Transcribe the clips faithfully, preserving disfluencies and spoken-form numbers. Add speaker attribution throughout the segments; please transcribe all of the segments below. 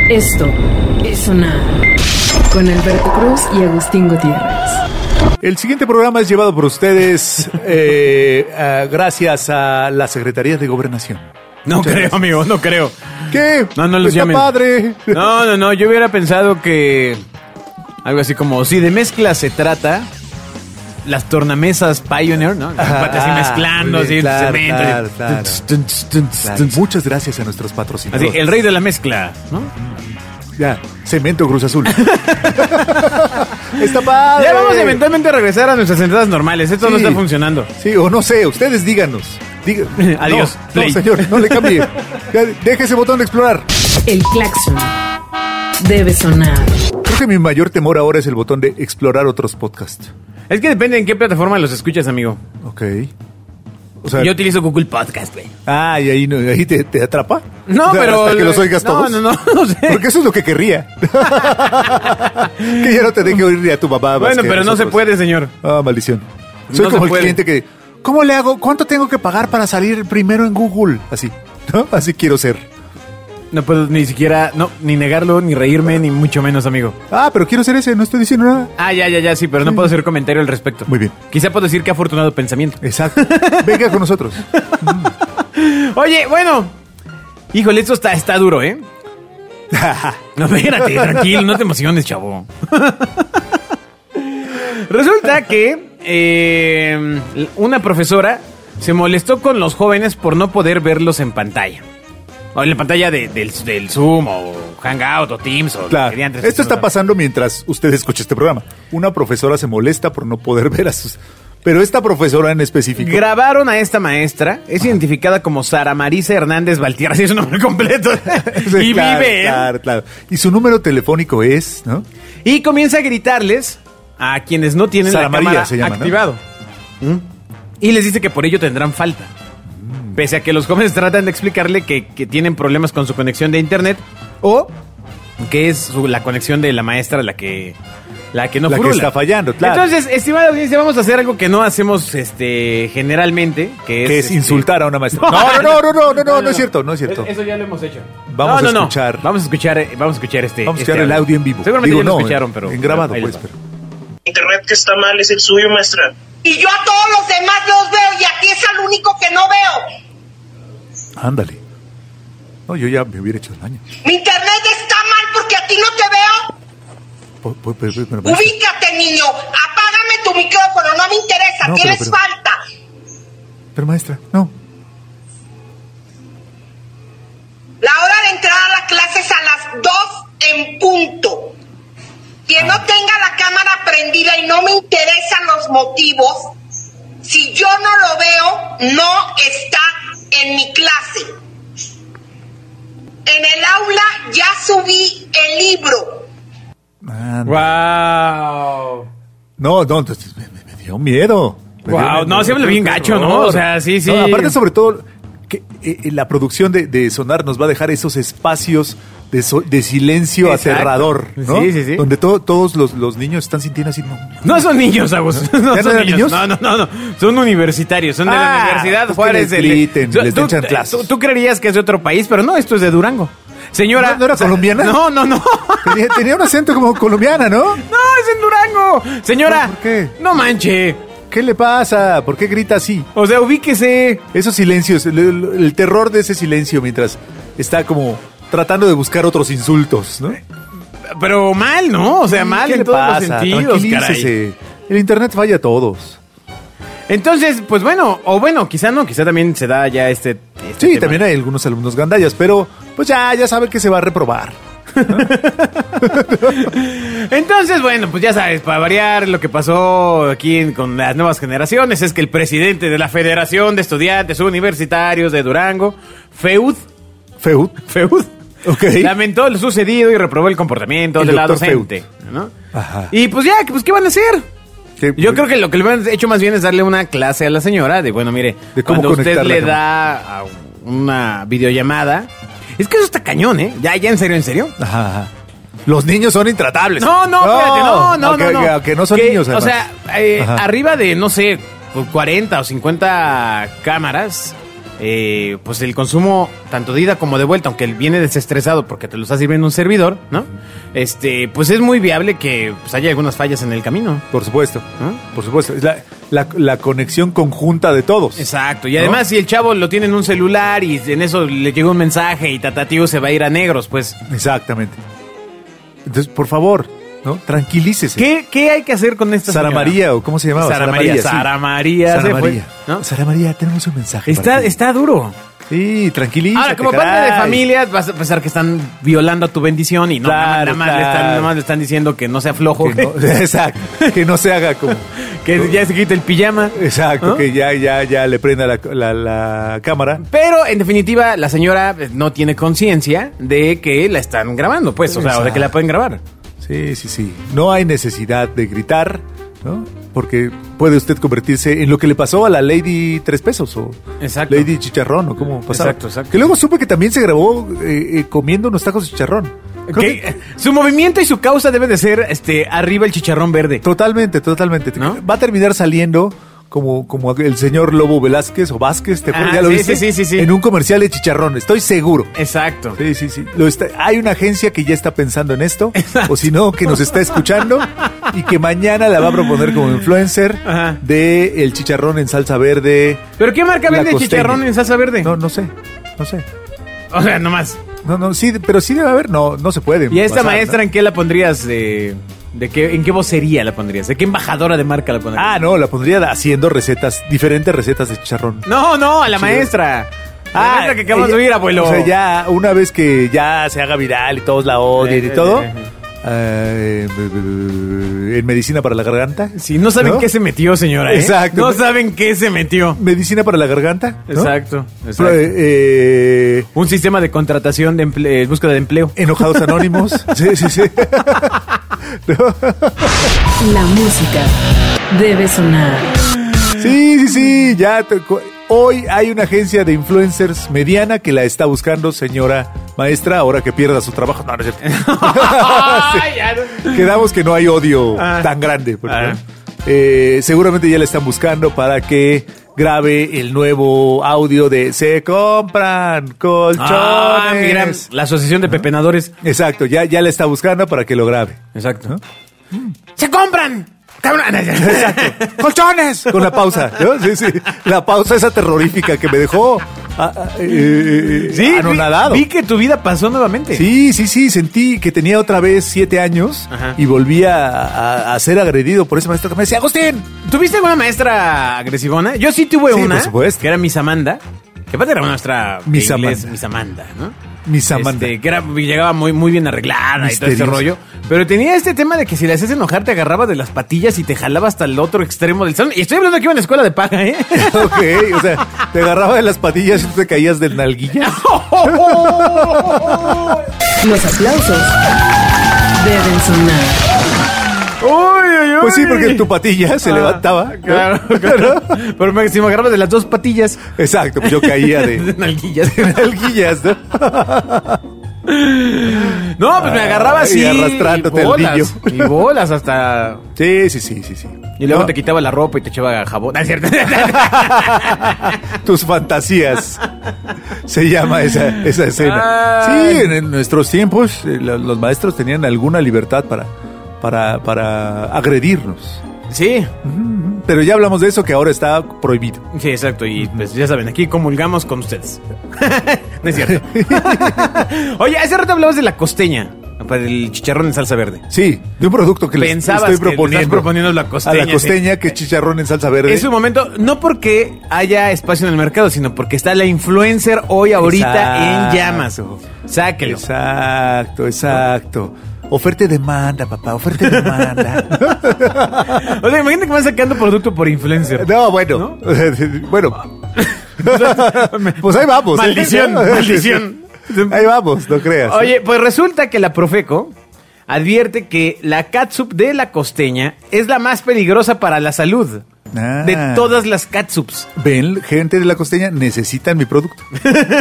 Speaker 1: Esto es Sonar con Alberto Cruz y Agustín Gutiérrez.
Speaker 2: El siguiente programa es llevado por ustedes eh, uh, gracias a la Secretaría de Gobernación.
Speaker 3: No Muchas creo, gracias. amigo, no creo.
Speaker 2: ¿Qué?
Speaker 3: No, no los
Speaker 2: Está
Speaker 3: llamen.
Speaker 2: padre.
Speaker 3: No, no, no, yo hubiera pensado que algo así como, si de mezcla se trata, las tornamesas Pioneer, ¿no?
Speaker 2: Ah,
Speaker 3: así mezclando,
Speaker 2: bien,
Speaker 3: así
Speaker 2: claro,
Speaker 3: cemento.
Speaker 2: claro, claro. Tun, tun,
Speaker 3: Claro.
Speaker 2: tun. Muchas gracias a nuestros patrocinadores.
Speaker 3: Así, el rey de la mezcla, ¿no?
Speaker 2: Ya, Cemento Cruz Azul. Está padre.
Speaker 3: Ya vamos eventualmente a regresar a nuestras entradas normales. Esto
Speaker 2: Sí.
Speaker 3: no está funcionando.
Speaker 2: Sí, o no sé, ustedes díganos. Diga-
Speaker 3: Adiós,
Speaker 2: No,
Speaker 3: play.
Speaker 2: no, señor, no le cambie. Ya, deje ese botón de explorar.
Speaker 1: El claxon debe sonar.
Speaker 2: Creo que mi mayor temor ahora es el botón de explorar otros podcasts.
Speaker 3: Es que depende en qué plataforma los escuchas, amigo.
Speaker 2: Ok. O sea,
Speaker 3: Yo utilizo Google Podcast, güey.
Speaker 2: ah, y ahí, no- ahí te, te atrapa.
Speaker 3: No,
Speaker 2: O sea,
Speaker 3: pero...
Speaker 2: hasta que los oigas
Speaker 3: no,
Speaker 2: todos.
Speaker 3: No, no, no, no sé.
Speaker 2: Porque eso es lo que querría. Que ya no te deje oír a tu papá. más
Speaker 3: Bueno,
Speaker 2: que
Speaker 3: pero no se
Speaker 2: nosotros.
Speaker 3: puede, señor.
Speaker 2: Ah, maldición. Soy
Speaker 3: No
Speaker 2: como
Speaker 3: se
Speaker 2: el
Speaker 3: puede.
Speaker 2: cliente que... ¿Cómo le hago? ¿Cuánto tengo que pagar para salir primero en Google? Así, ¿no? Así quiero ser.
Speaker 3: No puedo ni siquiera, no, ni negarlo, ni reírme, ni mucho menos, amigo.
Speaker 2: Ah, pero quiero ser ese, no estoy diciendo nada.
Speaker 3: Ah, ya, ya, ya, sí, pero no puedo hacer comentario al respecto.
Speaker 2: Muy bien.
Speaker 3: Quizá puedo decir que afortunado pensamiento.
Speaker 2: Exacto. Venga con nosotros.
Speaker 3: Oye, bueno. Híjole, esto está, está duro, ¿eh? No, espérate, tranquilo, no te emociones, chavo. Resulta que eh, una profesora se molestó con los jóvenes por no poder verlos en pantalla. O en la pantalla de- del, del Zoom, o Hangout, o Teams, o...
Speaker 2: Claro.
Speaker 3: lo que antes-
Speaker 2: Esto está pasando mientras usted escucha este programa. Una profesora se molesta por no poder ver a sus... Pero esta profesora en específico...
Speaker 3: Grabaron a esta maestra, es identificada como Sara Marisa Hernández Valtierra, así es su nombre completo.
Speaker 2: Sí,
Speaker 3: y
Speaker 2: claro,
Speaker 3: vive en...
Speaker 2: Claro, claro. Y su número telefónico es, ¿no?
Speaker 3: Y comienza a gritarles a quienes no tienen
Speaker 2: Sara
Speaker 3: la
Speaker 2: María
Speaker 3: cámara
Speaker 2: se llama, ¿no?
Speaker 3: activado. ¿Mm? Y les dice que por ello tendrán falta. Pese a que los jóvenes tratan de explicarle que, que tienen problemas con su conexión de internet o que es su- la conexión de la maestra la que la que no
Speaker 2: La que
Speaker 3: furula.
Speaker 2: está fallando, claro.
Speaker 3: Entonces, estimada audiencia, vamos a hacer algo que no hacemos este generalmente, que es,
Speaker 2: Que es
Speaker 3: este,
Speaker 2: insultar a una maestra. No, no, no, no, no, no, no, no es cierto, no es cierto.
Speaker 3: Es- Eso ya lo hemos hecho.
Speaker 2: Vamos
Speaker 3: No,
Speaker 2: a
Speaker 3: no, no.
Speaker 2: escuchar.
Speaker 3: Vamos a escuchar, eh, vamos a escuchar este.
Speaker 2: Vamos a
Speaker 3: este
Speaker 2: escuchar el audio en vivo.
Speaker 3: Seguramente
Speaker 2: Digo,
Speaker 3: ya lo
Speaker 2: no,
Speaker 3: escucharon,
Speaker 2: en-
Speaker 3: pero
Speaker 2: en grabado,
Speaker 3: ahí
Speaker 2: pues.
Speaker 3: les va.
Speaker 2: Pero...
Speaker 4: Internet que está mal es el suyo, maestra.
Speaker 5: Y yo a todos los demás los veo y a ti es al único que no veo.
Speaker 2: Ándale. No, yo ya me hubiera hecho daño.
Speaker 5: Mi internet está mal porque a ti no te veo.
Speaker 2: Po- po- po- po- pero, maestra,
Speaker 5: Ubícate, niño. Apágame tu micrófono, no me interesa.
Speaker 2: No,
Speaker 5: Tienes
Speaker 2: pero- pero-
Speaker 5: falta.
Speaker 2: pero maestra, no.
Speaker 5: La hora de entrar a la clase es a las dos en punto. Quien no tenga la cámara prendida y no me interesan los motivos, si yo no lo veo, no está en mi clase. En el aula ya subí el libro.
Speaker 2: Anda.
Speaker 3: Wow.
Speaker 2: No, no, entonces me, me- me dio miedo. Me dio
Speaker 3: Wow,
Speaker 2: miedo,
Speaker 3: no, se habla
Speaker 2: me dio
Speaker 3: bien gacho, ¿no?
Speaker 2: terror.
Speaker 3: O sea, sí, sí.
Speaker 2: No, aparte, sobre todo, que eh, la producción de, de Sonar nos va a dejar esos espacios de, so- de silencio
Speaker 3: Exacto.
Speaker 2: aterrador, ¿no?
Speaker 3: Sí, sí, sí.
Speaker 2: Donde to- todos los, los niños están sintiendo así, no.
Speaker 3: No son niños, Agus. No,
Speaker 2: ¿Ya no
Speaker 3: son
Speaker 2: eran
Speaker 3: niños.
Speaker 2: niños?
Speaker 3: No, no, no, no. Son universitarios. Son de la
Speaker 2: Ah,
Speaker 3: Universidad
Speaker 2: pues que
Speaker 3: Juárez.
Speaker 2: les
Speaker 3: de-
Speaker 2: griten,
Speaker 3: Tú-
Speaker 2: les den
Speaker 3: tú-
Speaker 2: chanclazos.
Speaker 3: tú- Tú creerías que es de otro país, pero no, esto es de Durango. Señora.
Speaker 2: ¿No- no era
Speaker 3: o sea,
Speaker 2: colombiana?
Speaker 3: No, no, no.
Speaker 2: Tenía, tenía un acento como colombiana, ¿no?
Speaker 3: No, es en Durango. Señora.
Speaker 2: ¿Por qué?
Speaker 3: No manche.
Speaker 2: ¿Qué le pasa? ¿Por qué grita así?
Speaker 3: O sea, ubíquese.
Speaker 2: Esos silencios, el, el- el terror de ese silencio mientras está como tratando de buscar otros insultos, ¿no?
Speaker 3: Pero mal, ¿no? O sea, mal
Speaker 2: ¿Qué
Speaker 3: en
Speaker 2: le
Speaker 3: todos
Speaker 2: pasa?
Speaker 3: los sentidos, caray.
Speaker 2: Tranquilícese. El internet falla a todos.
Speaker 3: Entonces, pues bueno, o bueno, quizá no, quizá también se da ya este. este
Speaker 2: Sí,
Speaker 3: tema.
Speaker 2: también hay algunos alumnos gandallas, pero pues ya, ya saben que se va a reprobar.
Speaker 3: Entonces, bueno, pues ya sabes, para variar lo que pasó aquí en- con las nuevas generaciones es que el presidente de la Federación de Estudiantes Universitarios de Durango, FEUD,
Speaker 2: Feud.
Speaker 3: FEUD,
Speaker 2: Ok.
Speaker 3: lamentó lo sucedido y reprobó el comportamiento
Speaker 2: El
Speaker 3: de la
Speaker 2: doctor
Speaker 3: docente, ¿no?
Speaker 2: Ajá.
Speaker 3: Y pues ya, pues ¿qué van a hacer?
Speaker 2: Que-
Speaker 3: Yo creo que lo que le han hecho más bien es darle una clase a la señora de, bueno, mire,
Speaker 2: De cómo
Speaker 3: cuando usted
Speaker 2: conectar la
Speaker 3: le
Speaker 2: cámara.
Speaker 3: da a una videollamada, es que eso está cañón, ¿eh? Ya, ya, en serio, en serio.
Speaker 2: Ajá, ajá. Los niños son intratables.
Speaker 3: No, no, espérate, no, no,
Speaker 2: aunque,
Speaker 3: no, no.
Speaker 2: aunque no son
Speaker 3: Que,
Speaker 2: niños,
Speaker 3: o
Speaker 2: además.
Speaker 3: sea, eh,
Speaker 2: Ajá.
Speaker 3: arriba de, no sé, cuarenta o cincuenta cámaras, eh, pues el consumo tanto de ida como de vuelta, aunque él viene desestresado porque te lo está sirviendo un servidor, ¿no? Este, pues es muy viable que pues, haya algunas fallas en el camino.
Speaker 2: Por supuesto,
Speaker 3: ¿no?
Speaker 2: por supuesto. Es la, la, la conexión conjunta de todos.
Speaker 3: Exacto. Y
Speaker 2: ¿no?
Speaker 3: además, si el chavo lo tiene en un celular y en eso le llegó un mensaje y tatatío se va a ir a negros, pues.
Speaker 2: Exactamente. Entonces, por favor, ¿no? Tranquilícese.
Speaker 3: ¿Qué, qué hay que hacer con esta
Speaker 2: Sara
Speaker 3: señora?
Speaker 2: María, o ¿cómo se llamaba?
Speaker 3: Sara María.
Speaker 2: sí.
Speaker 3: Sara María.
Speaker 2: Sara
Speaker 3: se fue,
Speaker 2: María.
Speaker 3: ¿no?
Speaker 2: Sara María, tenemos un mensaje.
Speaker 3: Está,
Speaker 2: para ti.
Speaker 3: está duro.
Speaker 2: Sí, tranquilízate.
Speaker 3: Ahora, como
Speaker 2: caray.
Speaker 3: padre de familia, vas a pensar que están violando tu bendición y no,
Speaker 2: Claro,
Speaker 3: nada, más,
Speaker 2: claro.
Speaker 3: Le están, nada más le están diciendo que no sea flojo,
Speaker 2: Que no- exacto. Que no se haga como.
Speaker 3: que ya se quite el pijama.
Speaker 2: Exacto,
Speaker 3: ¿no?
Speaker 2: que ya, ya, ya le prenda la, la, la cámara.
Speaker 3: Pero, en definitiva, la señora no tiene conciencia de que la están grabando, pues, o sea, o de que la pueden grabar.
Speaker 2: Sí, sí, sí. No hay necesidad de gritar, ¿no? Porque puede usted convertirse en lo que le pasó a la Lady Tres Pesos o
Speaker 3: Exacto.
Speaker 2: Lady Chicharrón o cómo pasaba.
Speaker 3: Exacto, exacto.
Speaker 2: Que luego supe que también se grabó eh, eh, comiendo unos tacos de chicharrón. Creo
Speaker 3: Que,
Speaker 2: que-
Speaker 3: su movimiento y su causa debe de ser este arriba el chicharrón verde.
Speaker 2: Totalmente, totalmente.
Speaker 3: ¿No?
Speaker 2: Va a terminar saliendo como, como el señor Lobo Velázquez o Vázquez, ¿te acuerdas?
Speaker 3: Ah,
Speaker 2: ¿Ya lo
Speaker 3: sí,
Speaker 2: viste?
Speaker 3: sí, sí, sí, sí.
Speaker 2: En un comercial de chicharrón, estoy seguro.
Speaker 3: Exacto.
Speaker 2: Sí, sí, sí. Lo está- hay una agencia que ya está pensando en esto, o si no, que nos está escuchando y que mañana la va a proponer como influencer
Speaker 3: Ajá.
Speaker 2: de el chicharrón en salsa verde.
Speaker 3: ¿Pero qué marca
Speaker 2: La
Speaker 3: vende
Speaker 2: costeña.
Speaker 3: chicharrón en salsa verde?
Speaker 2: No, no sé, no sé.
Speaker 3: O sea, nomás.
Speaker 2: No, no, sí, pero sí debe haber, no, no se puede.
Speaker 3: ¿Y a esta
Speaker 2: pasar,
Speaker 3: maestra
Speaker 2: ¿no?
Speaker 3: en qué la pondrías? Eh, ¿De qué, ¿En qué vocería la pondrías? ¿De qué embajadora de marca la pondrías?
Speaker 2: Ah, no, la pondría haciendo recetas, diferentes recetas de chicharrón.
Speaker 3: No, no, a la
Speaker 2: Sí.
Speaker 3: maestra. La maestra que acabamos
Speaker 2: ella-
Speaker 3: de oír, abuelo.
Speaker 2: O sea, ya una vez que ya se haga viral y todos la odien
Speaker 3: Sí,
Speaker 2: y
Speaker 3: sí,
Speaker 2: todo,
Speaker 3: sí, sí.
Speaker 2: eh, en medicina para la garganta.
Speaker 3: Sí, no saben
Speaker 2: ¿No?
Speaker 3: qué se metió, señora, ¿eh?
Speaker 2: Exacto.
Speaker 3: No saben qué se metió.
Speaker 2: Medicina para la garganta. ¿no?
Speaker 3: Exacto, exacto.
Speaker 2: Pero, eh, eh,
Speaker 3: Un sistema de contratación de emple- eh, búsqueda de empleo.
Speaker 2: enojados anónimos. Sí, sí, sí. ¿No?
Speaker 1: La música debe sonar.
Speaker 2: Sí, sí, sí. Ya te- hoy hay una agencia de influencers mediana que la está buscando, señora maestra, ahora que pierda su trabajo. No, no es cierto.
Speaker 3: Ay, ya no.
Speaker 2: Quedamos que no hay odio
Speaker 3: Ah.
Speaker 2: tan grande. por
Speaker 3: Ah.
Speaker 2: favor. Eh, seguramente ya la están buscando para que grabe el nuevo audio de Se compran colchones.
Speaker 3: Ah, mira, la asociación de pepenadores.
Speaker 2: Exacto, ya, ya la está buscando para que lo grabe.
Speaker 3: Exacto. ¡Se compran! ¡Cabrón!
Speaker 2: Exacto. ¡Colchones! Con la pausa, ¿no? Sí, sí. La pausa esa terrorífica que me dejó ah, ah, eh,
Speaker 3: Sí,
Speaker 2: anonadado.
Speaker 3: vi, vi que tu vida pasó nuevamente.
Speaker 2: Sí, sí, sí, sentí que tenía otra vez siete años
Speaker 3: Ajá.
Speaker 2: y volvía a, a ser agredido por ese maestro que me decía, Agustín.
Speaker 3: ¿Tuviste alguna maestra agresivona? Yo sí tuve
Speaker 2: Sí,
Speaker 3: una,
Speaker 2: por supuesto.
Speaker 3: que era Miss Amanda, que aparte era una maestra de
Speaker 2: Miss
Speaker 3: inglés,
Speaker 2: Amanda.
Speaker 3: Miss Amanda, ¿no?
Speaker 2: Miss Amanda.
Speaker 3: Este, que era, llegaba muy, muy bien arreglada y todo ese
Speaker 2: Misteriosa.
Speaker 3: rollo. Pero tenía este tema de que si le hacías enojar te agarraba de las patillas y te jalaba hasta el otro extremo del salón. Y estoy hablando que iba en la escuela de paga, ¿eh?
Speaker 2: Ok, o sea, te agarraba de las patillas y tú te caías del nalguilla.
Speaker 1: Los aplausos deben sonar.
Speaker 3: Uy, uy, uy.
Speaker 2: Pues sí, porque tu patilla se
Speaker 3: Ah,
Speaker 2: levantaba. ¿no?
Speaker 3: Claro, claro. Pero me, si me agarraba de las dos patillas.
Speaker 2: Exacto, pues yo caía
Speaker 3: De
Speaker 2: de,
Speaker 3: nalguillas.
Speaker 2: de nalguillas, ¿no?
Speaker 3: No, pues me agarraba
Speaker 2: Ay,
Speaker 3: así.
Speaker 2: arrastrándote
Speaker 3: y
Speaker 2: el
Speaker 3: bolas,
Speaker 2: niño.
Speaker 3: y bolas hasta.
Speaker 2: Sí, sí, sí, sí, sí.
Speaker 3: Y luego
Speaker 2: No,
Speaker 3: te quitaba la ropa y te echaba jabón. Ah, ¿es cierto?
Speaker 2: tus fantasías. Se llama esa, esa escena.
Speaker 3: Ay.
Speaker 2: Sí, en, en nuestros tiempos eh, lo- los maestros tenían alguna libertad para, para, para agredirnos.
Speaker 3: Sí,
Speaker 2: Pero ya hablamos de eso que ahora está prohibido.
Speaker 3: sí, exacto. Y pues ya saben, aquí comulgamos con ustedes. No es cierto. Oye, hace rato hablabas de la costeña. Para el chicharrón en salsa verde.
Speaker 2: Sí, de un producto que les
Speaker 3: Pensabas
Speaker 2: estoy
Speaker 3: que le estás
Speaker 2: proponiendo.
Speaker 3: proponiendo la costeña,
Speaker 2: A la costeña, que es chicharrón en salsa verde.
Speaker 3: Es un momento, no porque haya espacio en el mercado, sino porque está la influencer hoy ahorita
Speaker 2: Exacto.
Speaker 3: en llamas. Sáquelo.
Speaker 2: Exacto, exacto. Oferta y demanda, papá, oferta y demanda.
Speaker 3: O sea, imagínate que van sacando producto por influencer.
Speaker 2: No, bueno. Bueno. Pues ahí vamos. ¿eh?
Speaker 3: Maldición, maldición.
Speaker 2: Ahí vamos, no creas.
Speaker 3: Oye, pues resulta que la Profeco advierte que la catsup de la costeña es la más peligrosa para la salud.
Speaker 2: Ah.
Speaker 3: De todas las catsups.
Speaker 2: Ven, gente de la costeña, necesitan mi producto.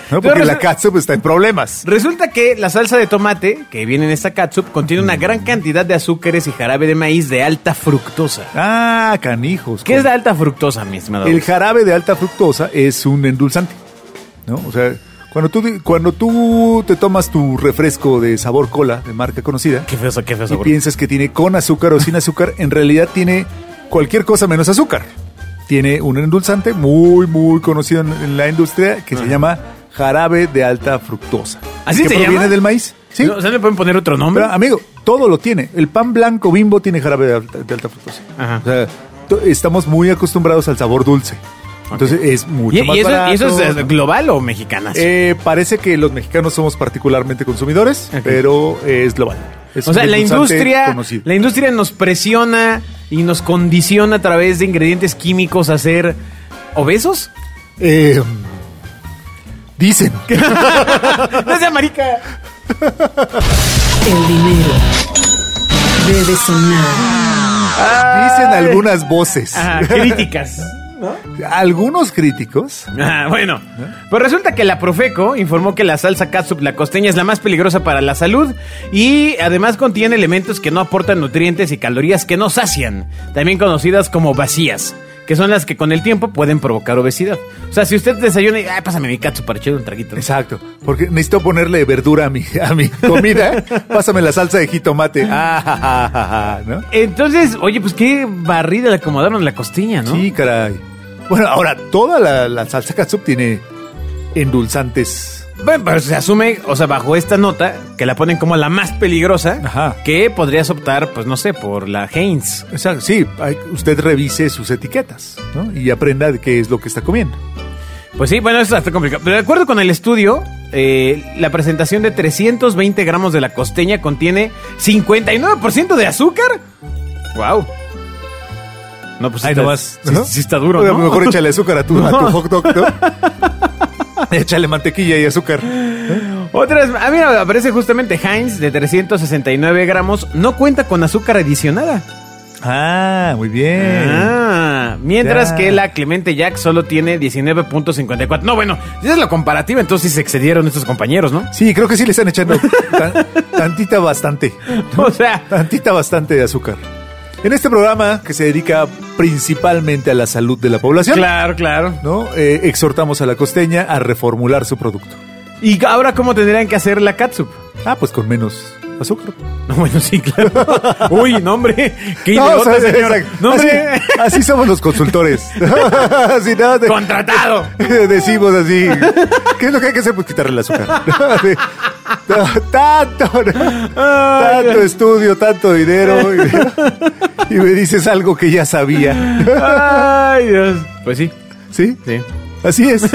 Speaker 2: ¿no? Porque la catsup está en problemas.
Speaker 3: Resulta que la salsa de tomate que viene en esta catsup contiene una gran cantidad de azúcares y jarabe de maíz de alta fructosa.
Speaker 2: Ah, canijos.
Speaker 3: ¿Qué es la alta fructosa, mi estimado?
Speaker 2: El jarabe de alta fructosa es un endulzante, ¿no? O sea, cuando tú, cuando tú te tomas tu refresco de sabor cola, de marca conocida,
Speaker 3: Qué feo, qué feo
Speaker 2: y
Speaker 3: sabor.
Speaker 2: piensas que tiene con azúcar o sin azúcar, en realidad tiene cualquier cosa menos azúcar. Tiene un endulzante muy, muy conocido en, en la industria que
Speaker 3: Ajá.
Speaker 2: se llama jarabe de alta fructosa.
Speaker 3: ¿Así
Speaker 2: que
Speaker 3: se
Speaker 2: proviene
Speaker 3: llama?
Speaker 2: del maíz. Sí.
Speaker 3: No, o sea, ¿le pueden poner otro nombre?
Speaker 2: Pero, amigo, todo lo tiene. El pan blanco Bimbo tiene jarabe de alta, de alta fructosa.
Speaker 3: Ajá.
Speaker 2: O sea, to- estamos muy acostumbrados al sabor dulce. Entonces es mucho
Speaker 3: ¿Y,
Speaker 2: más
Speaker 3: y eso,
Speaker 2: barato.
Speaker 3: ¿Y eso es global o mexicana?
Speaker 2: Eh, parece que los mexicanos somos particularmente consumidores,
Speaker 3: Ok.
Speaker 2: pero es global. Es
Speaker 3: O sea,
Speaker 2: un
Speaker 3: la
Speaker 2: endulzante
Speaker 3: industria,
Speaker 2: conocido.
Speaker 3: la industria nos presiona y nos condiciona a través de ingredientes químicos a ser obesos.
Speaker 2: Eh, dicen.
Speaker 3: No sea marica.
Speaker 1: El dinero debe sonar.
Speaker 2: Dicen algunas voces.
Speaker 3: Ajá, críticas.
Speaker 2: Algunos críticos.
Speaker 3: Ah, bueno, pues resulta que la Profeco informó que la salsa catsup la costeña es la más peligrosa para la salud y además contiene elementos que no aportan nutrientes y calorías que no sacian, también conocidas como vacías, que son las que con el tiempo pueden provocar obesidad. O sea, si usted desayuna y, ay, pásame mi catsup para echarle un traguito.
Speaker 2: Exacto, porque necesito ponerle verdura a mi, a mi comida. Pásame la salsa de jitomate. Ah, ja, ja, ja, ja, ¿no?
Speaker 3: Entonces, oye, pues qué barrida le acomodaron en la costeña, ¿no?
Speaker 2: Sí, caray. Bueno, ahora, toda la, la salsa catsup tiene endulzantes.
Speaker 3: Bueno, pero se asume, o sea, bajo esta nota, que la ponen como la más peligrosa,
Speaker 2: Ajá.
Speaker 3: que podrías optar, pues no sé, por la Heinz.
Speaker 2: Exacto, sí, hay- usted revise sus etiquetas, ¿no? Y aprenda de qué es lo que está comiendo.
Speaker 3: Pues sí, bueno, eso está complicado. Pero de acuerdo con el estudio, eh, la presentación de trescientos veinte gramos de la costeña contiene cincuenta y nueve por ciento de azúcar. ¡Wow! No, pues sí
Speaker 2: Ay,
Speaker 3: está,
Speaker 2: nomás.
Speaker 3: sí,
Speaker 2: ¿no?
Speaker 3: sí está duro,
Speaker 2: Oiga,
Speaker 3: ¿no?
Speaker 2: mejor échale azúcar a tu, a tu hot dog, ¿no? Échale mantequilla y azúcar.
Speaker 3: Otras, ah, mira, aparece justamente Heinz de trescientos sesenta y nueve gramos, no cuenta con azúcar adicionada.
Speaker 2: Ah, muy bien.
Speaker 3: Ah, mientras
Speaker 2: Ya.
Speaker 3: que la Clemente Jack solo tiene diecinueve punto cincuenta y cuatro. No, bueno, esa es la comparativa, entonces sí se excedieron estos compañeros, ¿no?
Speaker 2: Sí, creo que sí le están echando tan- tantita bastante.
Speaker 3: O sea,
Speaker 2: Tantita bastante de azúcar. En este programa que se dedica principalmente a la salud de la población,
Speaker 3: claro, claro.
Speaker 2: ¿no? Eh, exhortamos a la costeña a reformular su producto.
Speaker 3: ¿Y ahora cómo tendrían que hacer la catsup?
Speaker 2: Ah, pues con menos azúcar.
Speaker 3: No, bueno, sí, claro. Uy, no, hombre. Qué
Speaker 2: No,
Speaker 3: idiota,
Speaker 2: o sea,
Speaker 3: señor.
Speaker 2: exacto.
Speaker 3: No, hombre.
Speaker 2: Así, así somos los consultores. Así, nada de-
Speaker 3: Contratado.
Speaker 2: Decimos así. ¿Qué es lo que hay que hacer? Pues quitarle el azúcar. Sí. No, tanto, ¿no? tanto estudio, tanto dinero. Y, y me dices algo que ya sabía.
Speaker 3: Ay, Dios. Pues sí,
Speaker 2: ¿Sí?
Speaker 3: sí.
Speaker 2: Así es.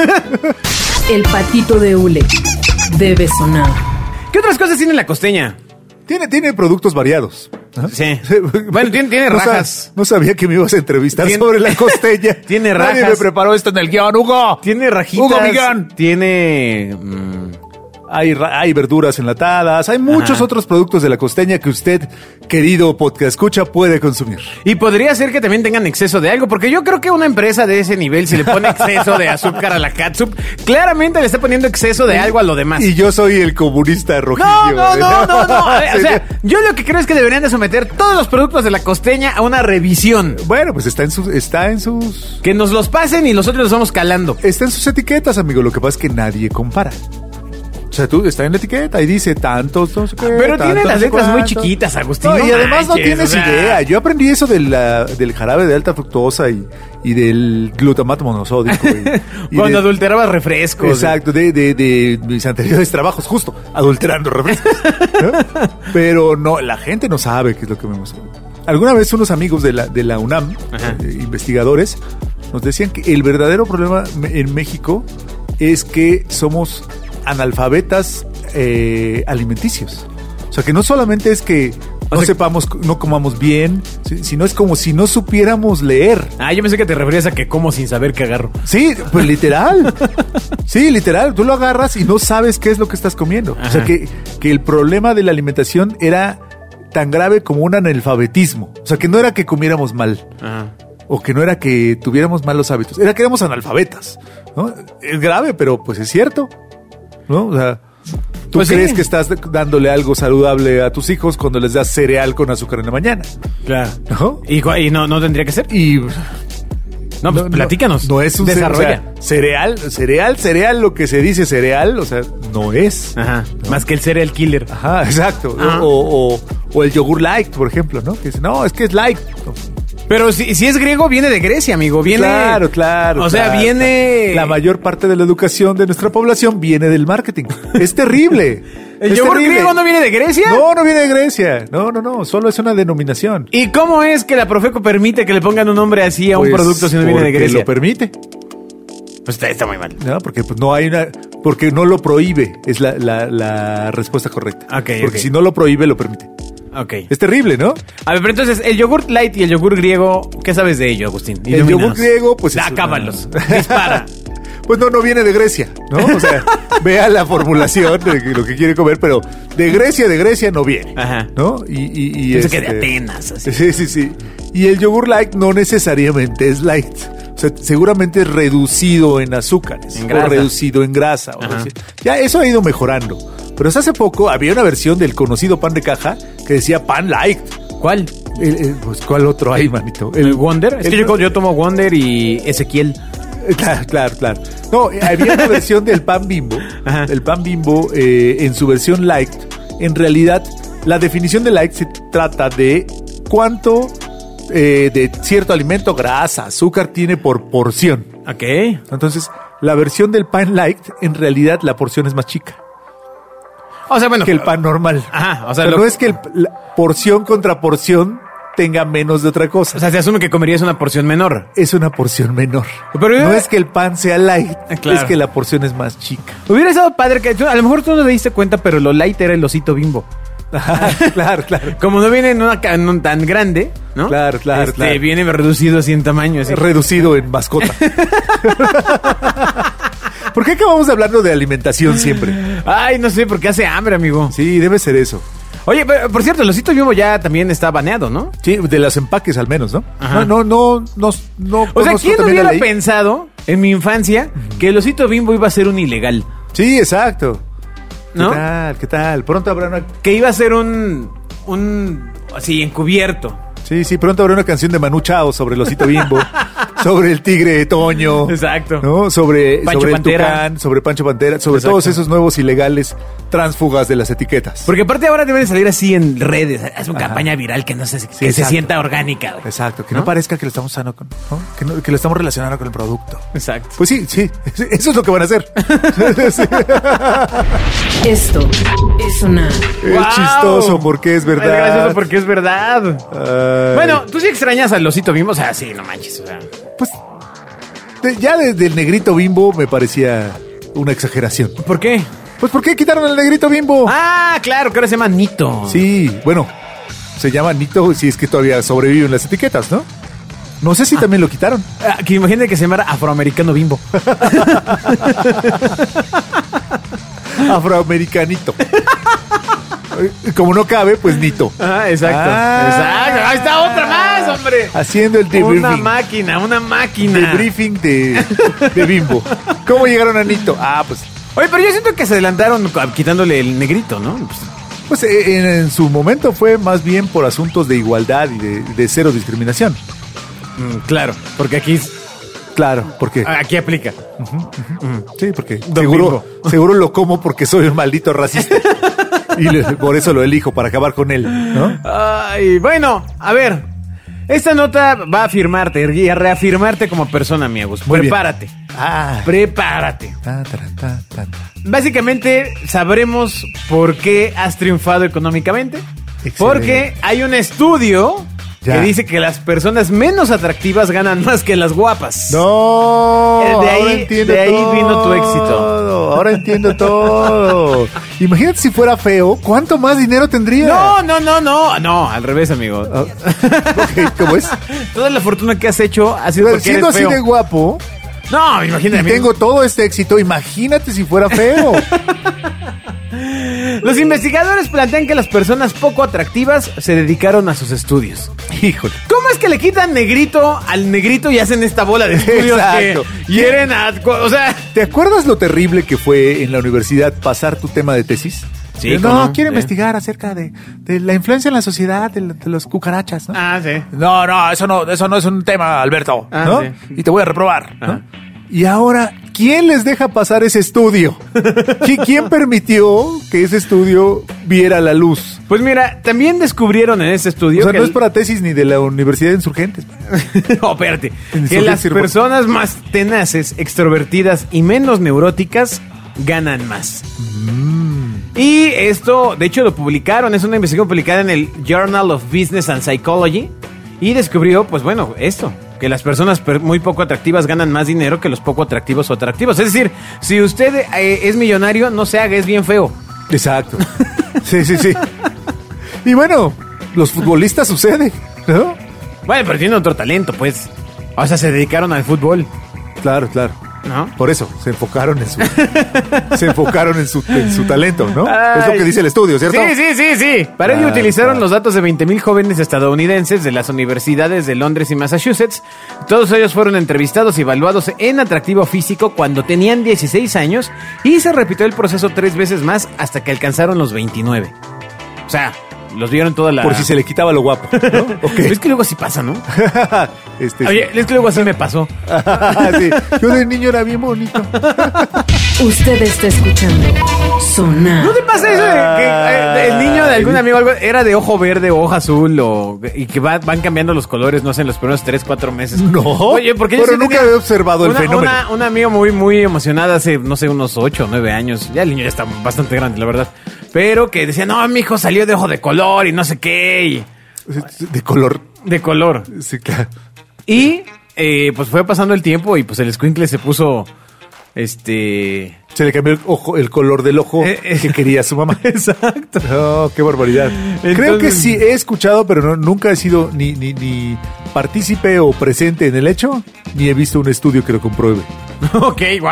Speaker 1: El patito de hule debe sonar.
Speaker 3: ¿Qué otras cosas tiene la costeña?
Speaker 2: Tiene, tiene productos variados. ¿Ah?
Speaker 3: Sí. Bueno, tiene, tiene
Speaker 2: No sa-
Speaker 3: rajas.
Speaker 2: No sabía que me ibas a entrevistar
Speaker 3: Tiene-
Speaker 2: sobre la costeña.
Speaker 3: Tiene
Speaker 2: Nadie
Speaker 3: rajas.
Speaker 2: me preparó esto en el guión, Hugo.
Speaker 3: Tiene rajitas.
Speaker 2: Hugo Millán.
Speaker 3: Tiene... mm,
Speaker 2: Hay, ra- hay verduras enlatadas, hay muchos
Speaker 3: Ajá.
Speaker 2: otros productos de la costeña que usted, querido podcast escucha, puede consumir.
Speaker 3: Y podría ser que también tengan exceso de algo, porque yo creo que una empresa de ese nivel, si le pone exceso de azúcar a la catsup, claramente le está poniendo exceso de algo a lo demás.
Speaker 2: Y yo soy el comunista rojillo.
Speaker 3: No, no, no, no, no.
Speaker 2: Sí,
Speaker 3: O sea, yo lo que creo es que deberían de someter todos los productos de la costeña a una revisión.
Speaker 2: Bueno, pues está en sus, está en sus,
Speaker 3: Que nos los pasen y nosotros los vamos calando.
Speaker 2: está en sus etiquetas, amigo. Lo que pasa es que nadie compara. O sea, tú está en la etiqueta y dice tantos, no sé qué,
Speaker 3: Pero
Speaker 2: tantos,
Speaker 3: tiene
Speaker 2: no
Speaker 3: las
Speaker 2: sé
Speaker 3: letras muy
Speaker 2: cuánto.
Speaker 3: chiquitas, Agustín.
Speaker 2: No,
Speaker 3: no
Speaker 2: y además no
Speaker 3: manches,
Speaker 2: tienes
Speaker 3: o sea.
Speaker 2: idea. Yo aprendí eso de la, del jarabe de alta fructosa y, y del glutamato monosódico. Y, y
Speaker 3: Cuando
Speaker 2: de-
Speaker 3: adulterabas refrescos.
Speaker 2: Exacto, de, de, de mis anteriores trabajos, justo, adulterando refrescos. ¿no? Pero no, la gente no sabe qué es lo que vemos. Alguna vez unos amigos de la, de la UNAM,
Speaker 3: Ajá.
Speaker 2: eh, investigadores, nos decían que el verdadero problema me- en México es que somos analfabetas eh, alimenticios. O sea, que no solamente es que
Speaker 3: O
Speaker 2: no
Speaker 3: sea-
Speaker 2: sepamos, no comamos bien, si- sino es como si no supiéramos leer.
Speaker 3: Ah, yo pensé que te referías a que como sin saber qué agarro.
Speaker 2: Sí, pues literal. Sí, literal. Tú lo agarras y no sabes qué es lo que estás comiendo.
Speaker 3: Ajá.
Speaker 2: O sea, que, que el problema de la alimentación era tan grave como un analfabetismo. O sea, que no era que comiéramos mal
Speaker 3: Ajá.
Speaker 2: o que no era que tuviéramos malos hábitos. Era que éramos analfabetas. ¿no? Es grave, pero pues es cierto. ¿no? O sea, ¿tú
Speaker 3: Pues
Speaker 2: crees
Speaker 3: sí.
Speaker 2: que estás dándole algo saludable a tus hijos cuando les das cereal con azúcar en la mañana?
Speaker 3: Claro.
Speaker 2: ¿No?
Speaker 3: ¿Y, cu- y no, no tendría que ser?
Speaker 2: Y
Speaker 3: No, pues platícanos.
Speaker 2: No, es un cere-
Speaker 3: Desarrolla.
Speaker 2: o sea, cereal, cereal, cereal, lo que se dice cereal, o sea, no es.
Speaker 3: Ajá. Más que el serial killer.
Speaker 2: Ajá, exacto.
Speaker 3: Ajá.
Speaker 2: O, o, o el yogur light, por ejemplo, ¿no? Que dice, no, es que es light.
Speaker 3: Pero si, si es griego, viene de Grecia, amigo. Viene.
Speaker 2: Claro, claro.
Speaker 3: O sea,
Speaker 2: claro,
Speaker 3: viene.
Speaker 2: claro. La mayor parte de la educación de nuestra población viene del marketing. Es terrible.
Speaker 3: ¿El
Speaker 2: Es
Speaker 3: yogur
Speaker 2: terrible.
Speaker 3: griego no viene de Grecia?
Speaker 2: No, no viene de Grecia. No, no, no. Solo es una denominación.
Speaker 3: ¿Y cómo es que la Profeco permite que le pongan un nombre así a un
Speaker 2: Pues,
Speaker 3: producto si no viene de
Speaker 2: porque
Speaker 3: Grecia?
Speaker 2: lo permite.
Speaker 3: Pues está, está muy mal.
Speaker 2: ¿No? Porque pues, no hay una. Porque no lo prohíbe. Es la, la, la respuesta correcta.
Speaker 3: Ok,
Speaker 2: porque
Speaker 3: ok.
Speaker 2: si no lo prohíbe, lo permite.
Speaker 3: Ok.
Speaker 2: Es terrible, ¿no?
Speaker 3: A ver, pero entonces, el yogur light y el yogur griego, ¿qué sabes de ello, Agustín?
Speaker 2: El
Speaker 3: Ilumínanos.
Speaker 2: yogur griego, pues. es
Speaker 3: Acábalos.
Speaker 2: una-
Speaker 3: Dispara.
Speaker 2: Pues no, no viene de Grecia, ¿no? O sea, vea la formulación de lo que quiere comer, pero de Grecia, de Grecia no viene.
Speaker 3: Ajá.
Speaker 2: ¿No? Y, y, y
Speaker 3: Pensé que de
Speaker 2: este-
Speaker 3: Atenas, así.
Speaker 2: Sí, sí, sí. Y el yogur light no necesariamente es light. O sea, seguramente es reducido en azúcares.
Speaker 3: En grasa.
Speaker 2: O reducido en grasa. o
Speaker 3: Ajá.
Speaker 2: así. Ya eso ha ido mejorando. Pero hasta hace poco había una versión del conocido pan de caja que decía pan light.
Speaker 3: ¿Cuál?
Speaker 2: El- el- pues, ¿cuál otro hay, manito?
Speaker 3: ¿El Wonder? Es
Speaker 2: el-
Speaker 3: que yo, yo tomo Wonder y Ezequiel.
Speaker 2: Claro, claro, claro. No, eh, había una versión del pan Bimbo.
Speaker 3: Ajá.
Speaker 2: El pan Bimbo, eh, en su versión light, en realidad, la definición de light se trata de cuánto eh, de cierto alimento, grasa, azúcar tiene por porción.
Speaker 3: Ok.
Speaker 2: Entonces, la versión del pan light, en realidad, la porción es más chica
Speaker 3: O sea, bueno.
Speaker 2: que el pan normal.
Speaker 3: Ajá, o sea,
Speaker 2: Pero
Speaker 3: lo-
Speaker 2: no es que el- la porción contra porción tenga menos de otra cosa.
Speaker 3: O sea, se asume que comerías una porción menor.
Speaker 2: es una porción menor.
Speaker 3: Pero yo-
Speaker 2: no es que el pan sea light,
Speaker 3: Ah, claro.
Speaker 2: es que la porción es más chica.
Speaker 3: Hubiera estado padre que tú- a lo mejor tú no te diste cuenta, pero lo light era el osito Bimbo.
Speaker 2: Claro, claro.
Speaker 3: Como no viene en una ca- no tan grande, ¿no?
Speaker 2: Claro, claro,
Speaker 3: Este,
Speaker 2: claro.
Speaker 3: Viene reducido así en tamaño. Así.
Speaker 2: Reducido en mascota. ¿Por qué acabamos hablando de alimentación siempre?
Speaker 3: Ay, no sé, porque hace hambre, amigo.
Speaker 2: Sí, debe ser eso.
Speaker 3: Oye, pero, por cierto, el osito Bimbo ya también está baneado, ¿no?
Speaker 2: Sí, de los empaques al menos, ¿no?
Speaker 3: Ajá.
Speaker 2: No, no, no, no, no
Speaker 3: O sea,
Speaker 2: conozco
Speaker 3: ¿quién
Speaker 2: también la
Speaker 3: hubiera
Speaker 2: ley.
Speaker 3: pensado en mi infancia que el osito Bimbo iba a ser un ilegal?
Speaker 2: Sí, exacto.
Speaker 3: ¿No?
Speaker 2: ¿Qué tal? ¿Qué tal? Pronto habrá una...
Speaker 3: Que iba a ser un... un... así, encubierto.
Speaker 2: Sí, sí, pronto habrá una canción de Manu Chao sobre el osito Bimbo, sobre el tigre Toño.
Speaker 3: Exacto.
Speaker 2: ¿No? Sobre,
Speaker 3: Pancho
Speaker 2: sobre el
Speaker 3: Pantera.
Speaker 2: tucán, sobre Pancho Pantera, sobre
Speaker 3: Exacto.
Speaker 2: todos esos nuevos ilegales tránsfugas de las etiquetas.
Speaker 3: Porque aparte ahora deben de salir así en redes. Es una
Speaker 2: Ajá.
Speaker 3: campaña viral que no sé, que se
Speaker 2: exacto.
Speaker 3: sienta orgánica. Güey.
Speaker 2: Exacto, que no,
Speaker 3: ¿No?
Speaker 2: parezca que lo estamos usando con, ¿no? que, no- que lo estamos relacionando con el producto.
Speaker 3: Exacto.
Speaker 2: Pues sí, sí, eso es lo que van a hacer.
Speaker 1: Esto es sonar.
Speaker 2: Es
Speaker 3: ¡Wow!
Speaker 2: chistoso porque es verdad.
Speaker 3: Es gracioso porque es verdad.
Speaker 2: Ay.
Speaker 3: Bueno, tú sí extrañas al osito Bimbo. O sea, sí, no manches. O sea.
Speaker 2: pues de- ya desde el negrito Bimbo me parecía una exageración.
Speaker 3: ¿Por qué?
Speaker 2: Pues ¿por qué quitaron al negrito Bimbo?
Speaker 3: Ah, claro, que ahora se llama Nito.
Speaker 2: Sí, bueno, se llama Nito si es que todavía sobreviven las etiquetas, ¿no? No sé si también lo quitaron.
Speaker 3: Ah, que imagínate que se llamara Afroamericano Bimbo.
Speaker 2: Afroamericanito. Como no cabe, pues Nito.
Speaker 3: Ah, exacto.
Speaker 2: Ah.
Speaker 3: Exacto. Ahí está otra más, hombre.
Speaker 2: Haciendo el
Speaker 3: Una
Speaker 2: debriefing.
Speaker 3: máquina, una máquina.
Speaker 2: Debriefing de, de Bimbo. ¿Cómo llegaron a Nito? Ah, pues,
Speaker 3: Oye, pero yo siento que se adelantaron quitándole el negrito, ¿no? Pues,
Speaker 2: pues eh, en, en su momento fue más bien por asuntos de igualdad y de, de cero discriminación.
Speaker 3: mm, claro, porque aquí,
Speaker 2: Claro, porque
Speaker 3: aquí aplica.
Speaker 2: sí, porque
Speaker 3: Don
Speaker 2: seguro,
Speaker 3: Bimbo.
Speaker 2: seguro lo como porque soy un maldito racista. Y le- por eso lo elijo, para acabar con él, ¿no?
Speaker 3: Ay, bueno, a ver. Esta nota va a afirmarte y a reafirmarte como persona, mi Agus.
Speaker 2: Muy bien.
Speaker 3: Prepárate.
Speaker 2: Ah.
Speaker 3: Prepárate.
Speaker 2: Ta, ta, ta, ta, ta.
Speaker 3: Básicamente sabremos por qué has triunfado económicamente.
Speaker 2: Excelente.
Speaker 3: Porque hay un estudio
Speaker 2: Ya.
Speaker 3: que dice que las personas menos atractivas ganan más que las guapas.
Speaker 2: No,
Speaker 3: Eh, de ahí-
Speaker 2: ahora entiendo
Speaker 3: de ahí
Speaker 2: todo.
Speaker 3: vino tu éxito.
Speaker 2: Ahora entiendo todo. Imagínate si fuera feo, ¿cuánto más dinero tendría?
Speaker 3: No, no, no, no. No, al revés, amigo.
Speaker 2: Ah, ok, ¿cómo es?
Speaker 3: Toda la fortuna que has hecho ha sido
Speaker 2: Pero
Speaker 3: porque
Speaker 2: siendo
Speaker 3: eres
Speaker 2: así
Speaker 3: feo.
Speaker 2: de guapo
Speaker 3: No,
Speaker 2: y
Speaker 3: imagínate. amigo.
Speaker 2: tengo todo este éxito, imagínate si fuera feo.
Speaker 3: Los investigadores plantean que las personas poco atractivas se dedicaron a sus estudios.
Speaker 2: Híjole.
Speaker 3: ¿Cómo es que le quitan negrito al negrito y hacen esta bola de estudios
Speaker 2: Exacto.
Speaker 3: que hieren a... O sea...
Speaker 2: ¿Te acuerdas lo terrible que fue en la universidad pasar tu tema de tesis?
Speaker 3: Sí,
Speaker 2: De,
Speaker 3: ¿cómo
Speaker 2: no,
Speaker 3: no?
Speaker 2: quiero
Speaker 3: Sí.
Speaker 2: investigar acerca de, de la influencia en la sociedad de, de los cucarachas, ¿no?
Speaker 3: Ah, sí.
Speaker 2: No, no, eso no, eso no es un tema, Alberto,
Speaker 3: Ah,
Speaker 2: ¿no?
Speaker 3: sí.
Speaker 2: Y te voy a reprobar, ¿no?
Speaker 3: Ajá.
Speaker 2: Y ahora, ¿quién les deja pasar ese estudio? ¿Qui- ¿Quién permitió que ese estudio viera la luz?
Speaker 3: Pues mira, también descubrieron en este
Speaker 2: O
Speaker 3: estudio
Speaker 2: sea,
Speaker 3: que
Speaker 2: no
Speaker 3: el-
Speaker 2: es para tesis ni de la Universidad de Insurgentes.
Speaker 3: no, espérate.
Speaker 2: En
Speaker 3: Que
Speaker 2: su
Speaker 3: las
Speaker 2: circo.
Speaker 3: personas más tenaces, extrovertidas y menos neuróticas ganan más. Y esto, de hecho, lo publicaron. Es una investigación publicada en el Journal of Business and Psychology. Y descubrió, pues bueno, esto. Que las personas per- muy poco atractivas ganan más dinero que los poco atractivos o atractivos. Es decir, si usted eh, es millonario, no se haga, es bien feo.
Speaker 2: Exacto. Sí, sí, sí. Y bueno, los futbolistas sucede, ¿no?
Speaker 3: Bueno, pero tiene otro talento, pues. O sea, se dedicaron al fútbol,
Speaker 2: Claro, claro.
Speaker 3: ¿no?
Speaker 2: Por eso, se enfocaron en su se enfocaron en su, en su talento, ¿no? Es lo
Speaker 3: Ay.
Speaker 2: que dice el estudio, ¿cierto?
Speaker 3: Sí, sí, sí, sí. Para ello
Speaker 2: Ah,
Speaker 3: utilizaron
Speaker 2: claro.
Speaker 3: los datos de veinte mil jóvenes estadounidenses de las universidades de Londres y Massachusetts. Todos ellos fueron entrevistados y evaluados en atractivo físico cuando tenían dieciséis años y se repitió el proceso tres veces más hasta que alcanzaron los veintinueve. O sea, los vieron toda la...
Speaker 2: Por si se le quitaba lo guapo, ¿no? Ok.
Speaker 3: Es que luego así pasa, ¿no?
Speaker 2: Este,
Speaker 3: Oye, es que luego así me pasó.
Speaker 2: sí. Yo de niño era bien bonito.
Speaker 1: Usted está escuchando Sonar.
Speaker 3: ¿No te pasa eso de que eh, el niño de algún amigo algo, era de ojo verde o ojo azul o, y que va- van cambiando los colores, no sé, en los primeros tres, cuatro meses?
Speaker 2: No,
Speaker 3: Oye, porque yo
Speaker 2: pero
Speaker 3: sí
Speaker 2: nunca
Speaker 3: tenía
Speaker 2: había observado el
Speaker 3: una,
Speaker 2: fenómeno.
Speaker 3: Una, un amigo muy, muy emocionada hace, no sé, unos ocho o nueve años. Ya el niño ya está bastante grande, la verdad. Pero que decía, no, mi hijo salió de ojo de color y no sé qué. Y
Speaker 2: De color.
Speaker 3: de color.
Speaker 2: Sí, claro.
Speaker 3: Y eh, pues fue pasando el tiempo y pues el escuincle se puso, este...
Speaker 2: Se le cambió el, ojo, el color del ojo
Speaker 3: Eh, eh.
Speaker 2: que quería su mamá.
Speaker 3: Exacto.
Speaker 2: Oh, qué barbaridad. Creo que
Speaker 3: Entonces-
Speaker 2: sí he escuchado, pero no, nunca he sido ni, ni, ni partícipe o presente en el hecho, ni he visto un estudio que lo compruebe.
Speaker 3: Ok, wow,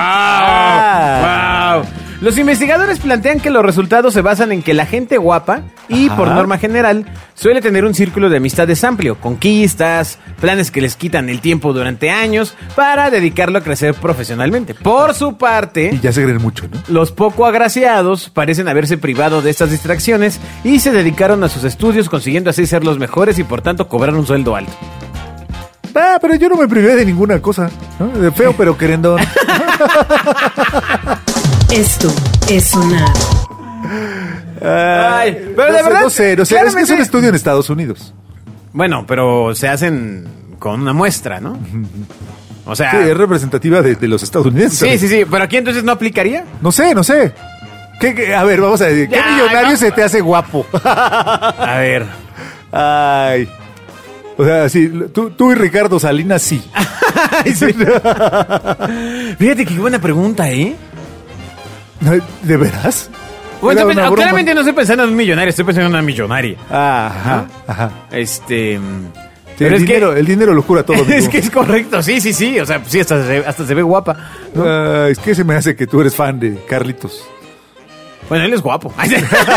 Speaker 2: Ah.
Speaker 3: wow. Los investigadores plantean que los resultados se basan en que la gente guapa y
Speaker 2: Ajá.
Speaker 3: por norma general suele tener un círculo de amistades amplio, conquistas, planes que les quitan el tiempo durante años para dedicarlo a crecer profesionalmente. Por su parte,
Speaker 2: Y ya se creen mucho, ¿no?
Speaker 3: los poco agraciados parecen haberse privado de estas distracciones y se dedicaron a sus estudios, consiguiendo así ser los mejores y por tanto cobrar un sueldo alto.
Speaker 2: Ah, pero yo no me privé de ninguna cosa, ¿no? De feo, pero querendón.
Speaker 1: Esto es Sonar.
Speaker 3: Ay, pero
Speaker 2: no
Speaker 3: de
Speaker 2: sé,
Speaker 3: verdad,
Speaker 2: no sé, no sé. Es que es
Speaker 3: claramente-
Speaker 2: un estudio en Estados Unidos.
Speaker 3: Bueno, pero se hacen con una muestra, ¿no? O sea...
Speaker 2: Sí, es representativa de, de los estadounidenses.
Speaker 3: Sí, sí, sí, pero aquí entonces no aplicaría.
Speaker 2: No sé, no sé. ¿Qué, qué- a ver, vamos a decir. ¿Qué
Speaker 3: Ya,
Speaker 2: millonario
Speaker 3: vamos.
Speaker 2: se te hace guapo?
Speaker 3: A ver.
Speaker 2: Ay. O sea, sí, tú, tú y Ricardo Salinas sí.
Speaker 3: Ay, sí. Fíjate que qué buena pregunta, ¿eh?
Speaker 2: ¿De veras?
Speaker 3: Bueno,
Speaker 2: Era
Speaker 3: estoy
Speaker 2: una
Speaker 3: pens-
Speaker 2: broma.
Speaker 3: claramente no estoy pensando en un millonario, estoy pensando en una millonaria.
Speaker 2: Ajá, ajá.
Speaker 3: Este...
Speaker 2: Sí,
Speaker 3: pero
Speaker 2: el,
Speaker 3: es
Speaker 2: dinero,
Speaker 3: que...
Speaker 2: el dinero lo cura todo.
Speaker 3: Es
Speaker 2: amigo.
Speaker 3: que es correcto, sí, sí, sí. O sea, sí, hasta se, hasta se ve guapa. ¿no?
Speaker 2: Ah, es que se me hace que tú eres fan de Carlitos.
Speaker 3: Bueno, él es guapo. Ay, sí.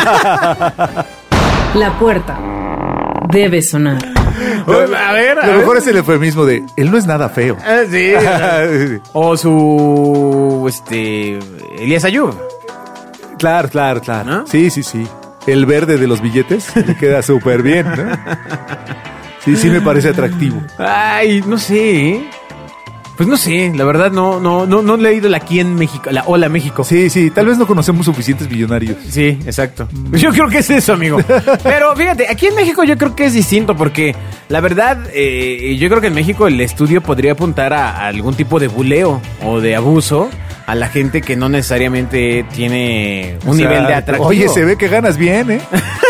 Speaker 1: La puerta debe sonar.
Speaker 3: A ver, a
Speaker 2: Lo
Speaker 3: ver.
Speaker 2: mejor es el eufemismo de él no es nada feo.
Speaker 3: Ah, sí. O su... Este... Elías Ayub.
Speaker 2: Claro, claro, claro.
Speaker 3: ¿No?
Speaker 2: Sí, sí, sí. El verde de los billetes le queda súper bien, ¿no? Sí, sí me parece atractivo.
Speaker 3: Ay, no sé. ¿eh? Pues no sé, la verdad no, no, no, no he leído la aquí en México, la Hola México.
Speaker 2: Sí, sí, tal vez no conocemos suficientes millonarios.
Speaker 3: Sí, exacto. Yo creo que es eso, amigo. Pero fíjate, aquí en México yo creo que es distinto porque la verdad, eh, yo creo que en México el estudio podría apuntar a, a algún tipo de buleo o de abuso a la gente que no necesariamente tiene un
Speaker 2: O sea,
Speaker 3: nivel de atractivo.
Speaker 2: Oye, se ve que ganas bien, ¿eh?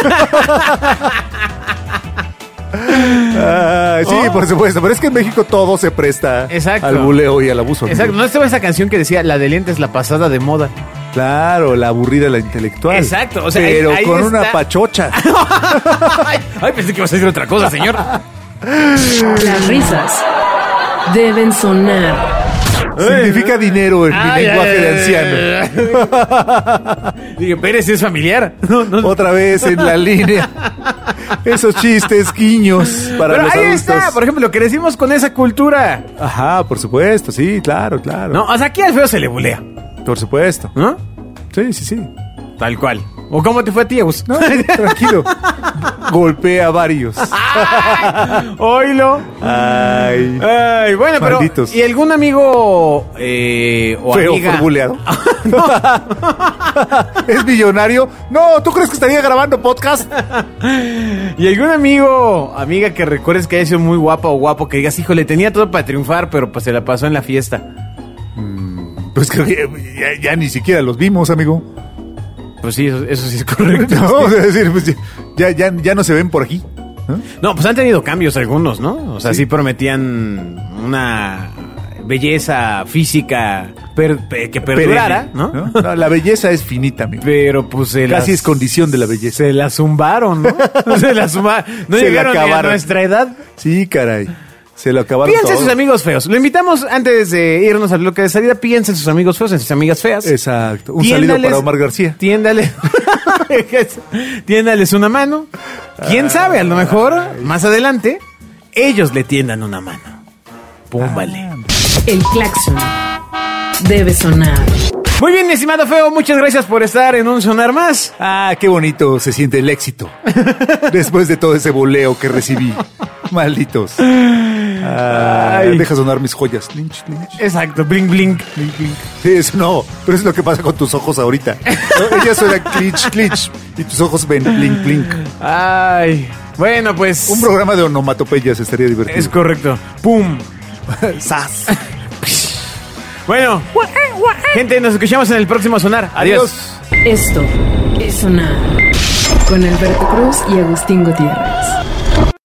Speaker 2: Ah, sí,
Speaker 3: Oh.
Speaker 2: por supuesto, pero es que en México todo se presta
Speaker 3: Exacto.
Speaker 2: al buleo y al abuso.
Speaker 3: Exacto,
Speaker 2: amigo.
Speaker 3: ¿no estaba esa canción que decía la de lentes, la pasada de moda?
Speaker 2: Claro, la aburrida, la intelectual.
Speaker 3: Exacto, o sea, ahí-
Speaker 2: pero
Speaker 3: ahí
Speaker 2: con
Speaker 3: está.
Speaker 2: una pachocha.
Speaker 3: ay, ay, pensé que ibas a decir otra cosa, señor.
Speaker 1: Las risas deben sonar.
Speaker 2: Significa dinero en mi
Speaker 3: Ay,
Speaker 2: lenguaje
Speaker 3: ay,
Speaker 2: de
Speaker 3: ay,
Speaker 2: anciano.
Speaker 3: Dije, Pérez es familiar. No, no.
Speaker 2: Otra vez en la línea. Esos chistes, guiños para
Speaker 3: Pero
Speaker 2: los
Speaker 3: ahí
Speaker 2: adultos.
Speaker 3: está, por ejemplo, lo que decimos con esa cultura.
Speaker 2: Ajá, por supuesto, sí, claro, claro.
Speaker 3: No, o sea, aquí al feo se le bulea,
Speaker 2: Por supuesto.
Speaker 3: ¿no?
Speaker 2: Sí, sí, sí.
Speaker 3: Tal cual. ¿O cómo te fue a ti, Agus?
Speaker 2: No, tranquilo. Golpea a varios.
Speaker 3: Oílo.
Speaker 2: Ay.
Speaker 3: Ay, bueno, pero
Speaker 2: Malditos.
Speaker 3: ¿y algún amigo eh, o
Speaker 2: Feo
Speaker 3: amiga?
Speaker 2: por buleado. ¿Es millonario? No, ¿tú crees que estaría grabando podcast?
Speaker 3: ¿Y algún amigo, amiga que recuerdes que haya sido muy guapa o guapo, que digas, híjole, tenía todo para triunfar, pero pues se la pasó en la fiesta?
Speaker 2: Pues que ya, ya ni siquiera los vimos, amigo.
Speaker 3: Pues sí, eso, eso sí es correcto.
Speaker 2: No, es decir, pues ya, ya, ya no se ven por aquí. ¿No?
Speaker 3: No, pues han tenido cambios algunos, ¿no? O sea, sí,
Speaker 2: Sí.
Speaker 3: prometían una belleza física per- pe- que perdurara,
Speaker 2: Perenne,
Speaker 3: ¿no?
Speaker 2: No, la belleza es finita, amigo.
Speaker 3: Pero pues se
Speaker 2: Casi
Speaker 3: las-
Speaker 2: es condición de la belleza.
Speaker 3: Se la zumbaron, ¿no? Se la zumbaron. No
Speaker 2: Se la
Speaker 3: llegaron ni a
Speaker 2: acabaron.
Speaker 3: nuestra edad.
Speaker 2: Sí, caray. Se lo acabaron
Speaker 3: Piensa en
Speaker 2: todo.
Speaker 3: sus amigos feos. Lo invitamos antes de irnos al bloque de salida. Piensa en sus amigos feos, en sus amigas feas.
Speaker 2: Exacto. Un saludo
Speaker 3: Tiéndales-
Speaker 2: para Omar García.
Speaker 3: Tiéndale. Tiéndales una mano. ¿Quién sabe? A lo mejor, más adelante, ellos le tiendan una mano. Púmbale.
Speaker 1: El claxon debe sonar.
Speaker 3: Muy bien, mi estimado feo. Muchas gracias por estar en un sonar más.
Speaker 2: Ah, qué bonito se siente el éxito. Después de todo ese boleo que recibí. Malditos. Ah,
Speaker 3: Ay.
Speaker 2: deja sonar mis joyas. Lynch, lynch.
Speaker 3: Exacto, blink, blink.
Speaker 2: Sí, eso no. Pero es lo que pasa con tus ojos ahorita. ¿No? Ellas suenan clinch, clinch. Y tus ojos ven blink, blink.
Speaker 3: Ay. Bueno, pues.
Speaker 2: Un programa de onomatopeyas estaría divertido.
Speaker 3: Es correcto. Pum.
Speaker 2: Sas.
Speaker 3: Bueno, gente, nos escuchamos en el próximo sonar. Adiós.
Speaker 1: Esto es sonar con Alberto Cruz y Agustín Gutiérrez.